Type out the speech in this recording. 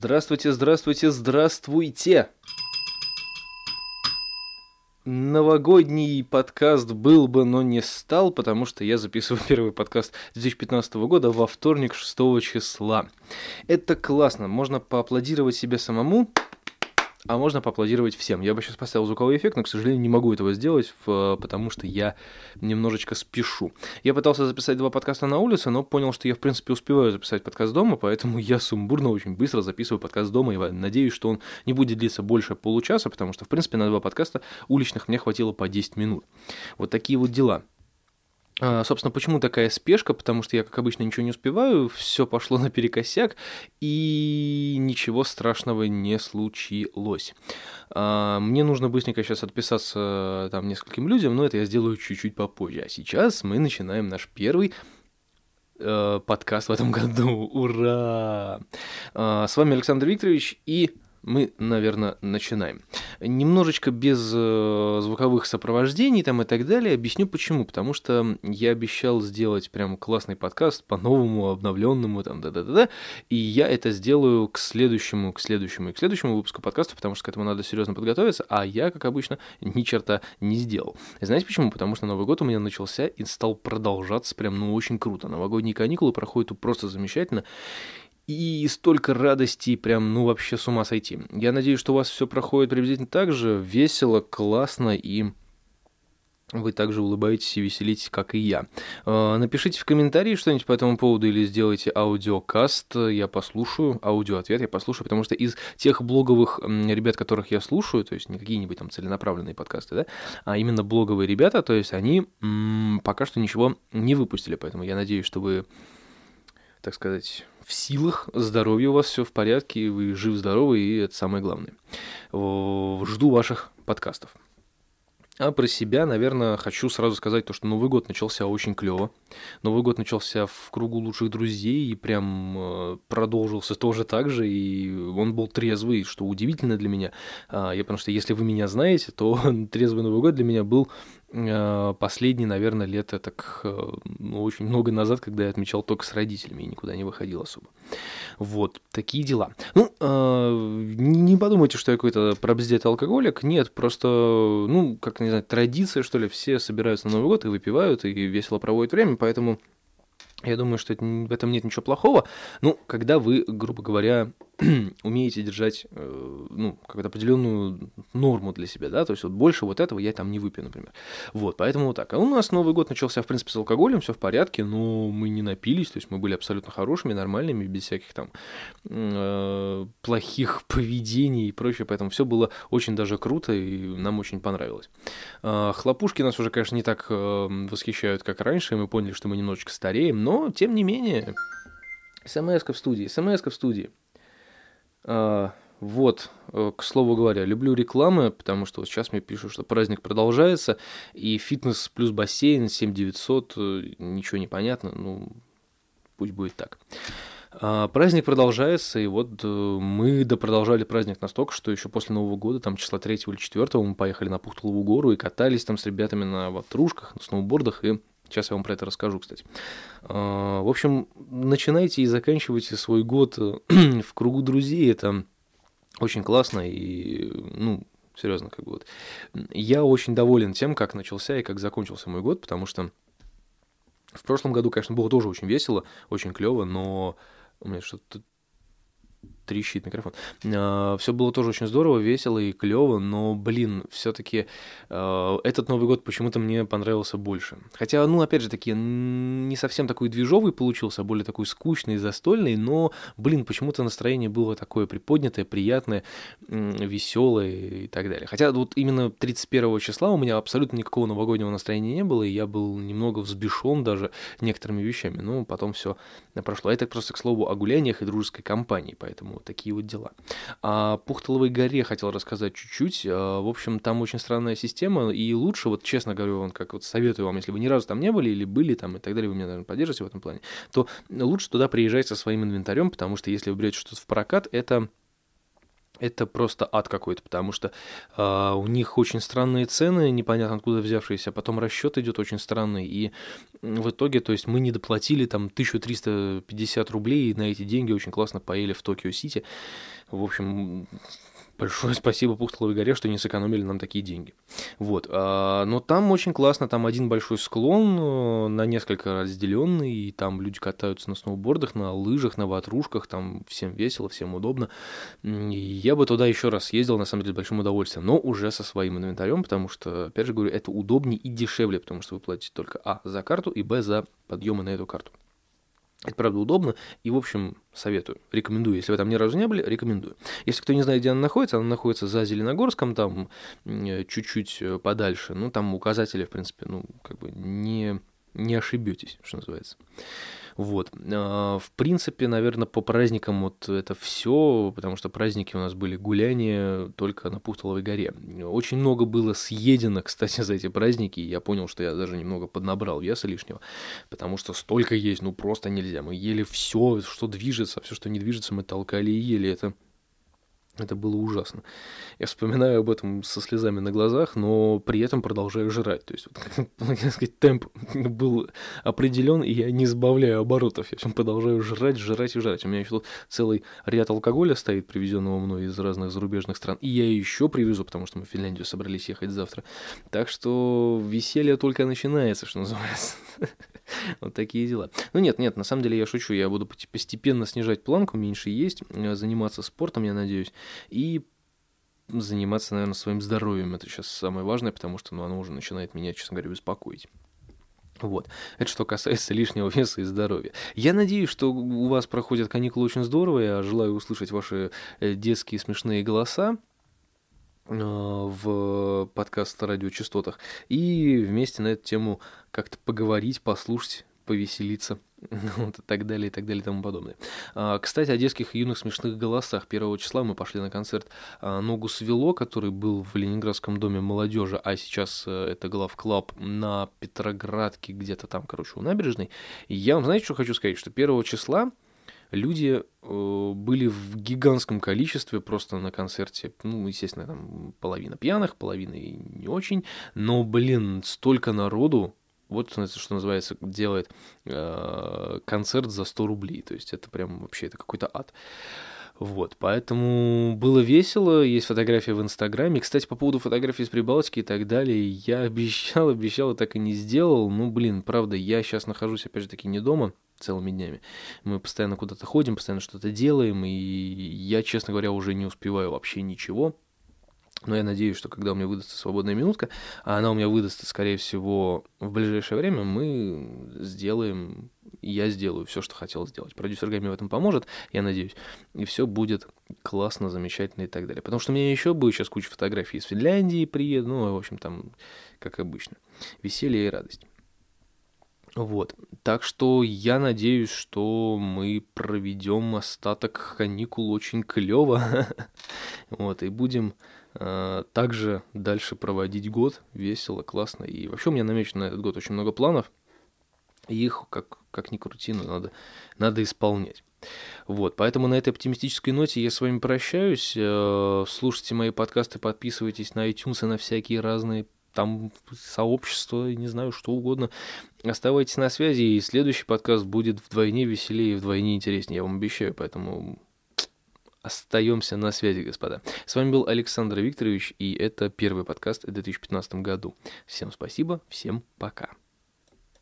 Здравствуйте, здравствуйте, здравствуйте! Новогодний подкаст был бы, но не стал, потому что я записываю первый подкаст 2015 года во вторник, 6 числа. Это классно, можно поаплодировать себе самому, а можно поаплодировать всем. Я бы сейчас поставил звуковой эффект, но, к сожалению, не могу этого сделать, потому что я немножечко спешу. Я пытался записать 2 подкаста на улице, но понял, что я, в принципе, успеваю записать подкаст дома, поэтому я сумбурно очень быстро записываю подкаст дома, и надеюсь, что он не будет длиться больше получаса, потому что, в принципе, на 2 подкаста уличных мне хватило по 10 минут. Вот такие вот дела. Собственно, почему такая спешка? Потому что я, как обычно, ничего не успеваю, все пошло наперекосяк, и ничего страшного не случилось. Мне нужно быстренько сейчас отписаться там нескольким людям, но это я сделаю чуть-чуть попозже. А сейчас мы начинаем наш первый подкаст в этом году. Ура! С вами Александр Викторович, и мы, наверное, начинаем. Немножечко без звуковых сопровождений там и так далее. Объясню почему. Потому что я обещал сделать прям классный подкаст по-новому, обновленному, там, да-да-да-да. И я это сделаю к следующему выпуску подкаста, потому что к этому надо серьезно подготовиться, а я, как обычно, ни черта не сделал. И знаете почему? Потому что Новый год у меня начался и стал продолжаться прям, очень круто. Новогодние каникулы проходят просто замечательно. И столько радости, прям, вообще с ума сойти. Я надеюсь, что у вас все проходит приблизительно так же, весело, классно, и вы также улыбаетесь и веселитесь, как и я. Напишите в комментарии что-нибудь по этому поводу или сделайте аудиокаст, я послушаю, аудиоответ я послушаю, потому что из тех блоговых ребят, которых я слушаю, то есть не какие-нибудь там целенаправленные подкасты, да, а именно блоговые ребята, то есть они пока что ничего не выпустили, поэтому я надеюсь, что вы, так сказать, в силах, здоровье у вас все в порядке, вы жив-здоровы, и это самое главное. Жду ваших подкастов. А про себя, наверное, хочу сразу сказать то, что Новый год начался очень клево. Новый год начался в кругу лучших друзей и прям продолжился тоже так же, и он был трезвый, что удивительно для меня. Потому что если вы меня знаете, то трезвый Новый год для меня был последний, наверное, лет так очень много назад, когда я отмечал только с родителями и никуда не выходил особо. Вот, такие дела. Не подумайте, что я какой-то пробздетый алкоголик. Нет, просто, как, не знаю, традиция, что ли, все собираются на Новый год и выпивают, и весело проводят время, поэтому я думаю, что в этом нет ничего плохого. Когда вы, грубо говоря, умеете держать, какую-то определенную норму для себя, да, то есть вот больше вот этого я там не выпью, например. Вот, поэтому вот так. А у нас Новый год начался, в принципе, с алкоголем, все в порядке, но мы не напились, то есть мы были абсолютно хорошими, нормальными, без всяких там плохих поведений и прочее, поэтому все было очень даже круто, и нам очень понравилось. Хлопушки нас уже, конечно, не так восхищают, как раньше, и мы поняли, что мы немножечко стареем, но, тем не менее, СМС-ка в студии. Вот, к слову говоря, люблю рекламы, потому что вот сейчас мне пишут, что праздник продолжается, и фитнес плюс бассейн 7900, ничего не понятно, пусть будет так. Праздник продолжается, и вот мы допродолжали праздник настолько, что еще после Нового года, там числа 3 или 4 мы поехали на Пухтолову гору и катались там с ребятами на ватрушках, на сноубордах, и сейчас я вам про это расскажу, кстати. В общем, начинайте и заканчивайте свой год в кругу друзей, это очень классно, и, серьезно, я очень доволен тем, как начался и как закончился мой год, потому что в прошлом году, конечно, было тоже очень весело, очень клево, но у меня что-то трещит микрофон. Все было тоже очень здорово, весело и клево, но, все-таки этот Новый год почему-то мне понравился больше. Хотя, опять же таки, не совсем такой движовый получился, а более такой скучный и застольный, но, почему-то настроение было такое приподнятое, приятное, веселое и так далее. Хотя вот именно 31 числа у меня абсолютно никакого новогоднего настроения не было, и я был немного взбешен даже некоторыми вещами, но потом все прошло. Это просто, к слову, о гуляниях и дружеской компании, поэтому вот такие вот дела. О Пухтоловой горе хотел рассказать чуть-чуть. В общем, там очень странная система, и лучше, вот честно говорю вам, как вот советую вам, если вы ни разу там не были или были там и так далее, вы меня, наверное, поддержите в этом плане, то лучше туда приезжать со своим инвентарем, потому что если вы берете что-то в прокат, это это просто ад какой-то, потому что у них очень странные цены, непонятно откуда взявшиеся, а потом расчет идет очень странный, и в итоге, то есть мы не доплатили там 1350 рублей, и на эти деньги очень классно поели в Токио-Сити. В общем, большое спасибо Пухталовой горе, что не сэкономили нам такие деньги. Вот. Но там очень классно, там один большой склон, на несколько разделенный, и там люди катаются на сноубордах, на лыжах, на ватрушках, там всем весело, всем удобно. И я бы туда еще раз ездил, на самом деле, с большим удовольствием, но уже со своим инвентарем, потому что, опять же говорю, это удобнее и дешевле, потому что вы платите только за карту и за подъемы на эту карту. Это, правда, удобно, и, в общем, советую, рекомендую. Если вы там ни разу не были, рекомендую. Если кто не знает, где она находится за Зеленогорском, там чуть-чуть подальше, ну, там указатели, в принципе, ну, как бы не ошибетесь, что называется. Вот. В принципе, наверное, по праздникам вот это все, потому что праздники у нас были гуляния только на Пухталовой горе. Очень много было съедено, кстати, за эти праздники, и я понял, что я даже немного поднабрал веса лишнего, потому что столько есть, ну просто нельзя. Мы ели все, что движется, все, что не движется, мы толкали и ели. Это было ужасно. Я вспоминаю об этом со слезами на глазах, но при этом продолжаю жрать. То есть, вот, так сказать, темп был определен, и я не сбавляю оборотов. Я всем продолжаю жрать. У меня еще тут целый ряд алкоголя стоит, привезенного мной из разных зарубежных стран. И я еще привезу, потому что мы в Финляндию собрались ехать завтра. Так что веселье только начинается, что называется. Вот такие дела. Ну нет, на самом деле я шучу. Я буду постепенно снижать планку, меньше есть, заниматься спортом, я надеюсь, и заниматься, наверное, своим здоровьем. Это сейчас самое важное, потому что оно уже начинает меня, честно говоря, беспокоить. Вот. Это что касается лишнего веса и здоровья. Я надеюсь, что у вас проходят каникулы очень здорово. Я желаю услышать ваши детские смешные голоса в подкаст-радиочастотах и вместе на эту тему как-то поговорить, послушать, повеселиться, вот, и так далее, и тому подобное. Кстати, о детских и юных смешных голосах. 1 числа мы пошли на концерт «Ногу свело», который был в Ленинградском доме молодежи, а сейчас это главклаб на Петроградке, где-то там, короче, у набережной. И я вам, знаете, что хочу сказать? Что 1 числа люди были в гигантском количестве просто на концерте. Ну, естественно, там половина пьяных, половина и не очень. Но, блин, столько народу. Вот, что называется, делает концерт за 100 рублей. То есть это прям вообще это какой-то ад. Вот, поэтому было весело, есть фотографии в Инстаграме. Кстати, по поводу фотографий из Прибалтики и так далее, я обещал, так и не сделал. Ну, блин, правда, я сейчас нахожусь, опять же таки, не дома целыми днями. Мы постоянно куда-то ходим, постоянно что-то делаем, и я, честно говоря, уже не успеваю вообще ничего. Но я надеюсь, что когда у меня выдастся свободная минутка, а она у меня выдастся, скорее всего, в ближайшее время, я сделаю все, что хотел сделать. Продюсер Гай мне в этом поможет, я надеюсь, и все будет классно, замечательно и так далее. Потому что у меня еще будет сейчас куча фотографий из Финляндии, приеду, ну, в общем, там, как обычно, веселье и радость. Вот, так что я надеюсь, что мы проведем остаток каникул очень клево, вот, и будем также дальше проводить год весело, классно. И вообще у меня намечено на этот год очень много планов, и их, как ни крути, надо исполнять. Вот, поэтому на этой оптимистической ноте я с вами прощаюсь. Слушайте мои подкасты, подписывайтесь на iTunes и на всякие разные там сообщества, не знаю, что угодно. Оставайтесь на связи, и следующий подкаст будет вдвойне веселее и вдвойне интереснее, я вам обещаю, поэтому остаемся на связи, господа. С вами был Александр Викторович, и это первый подкаст в 2015 году. Всем спасибо, всем пока.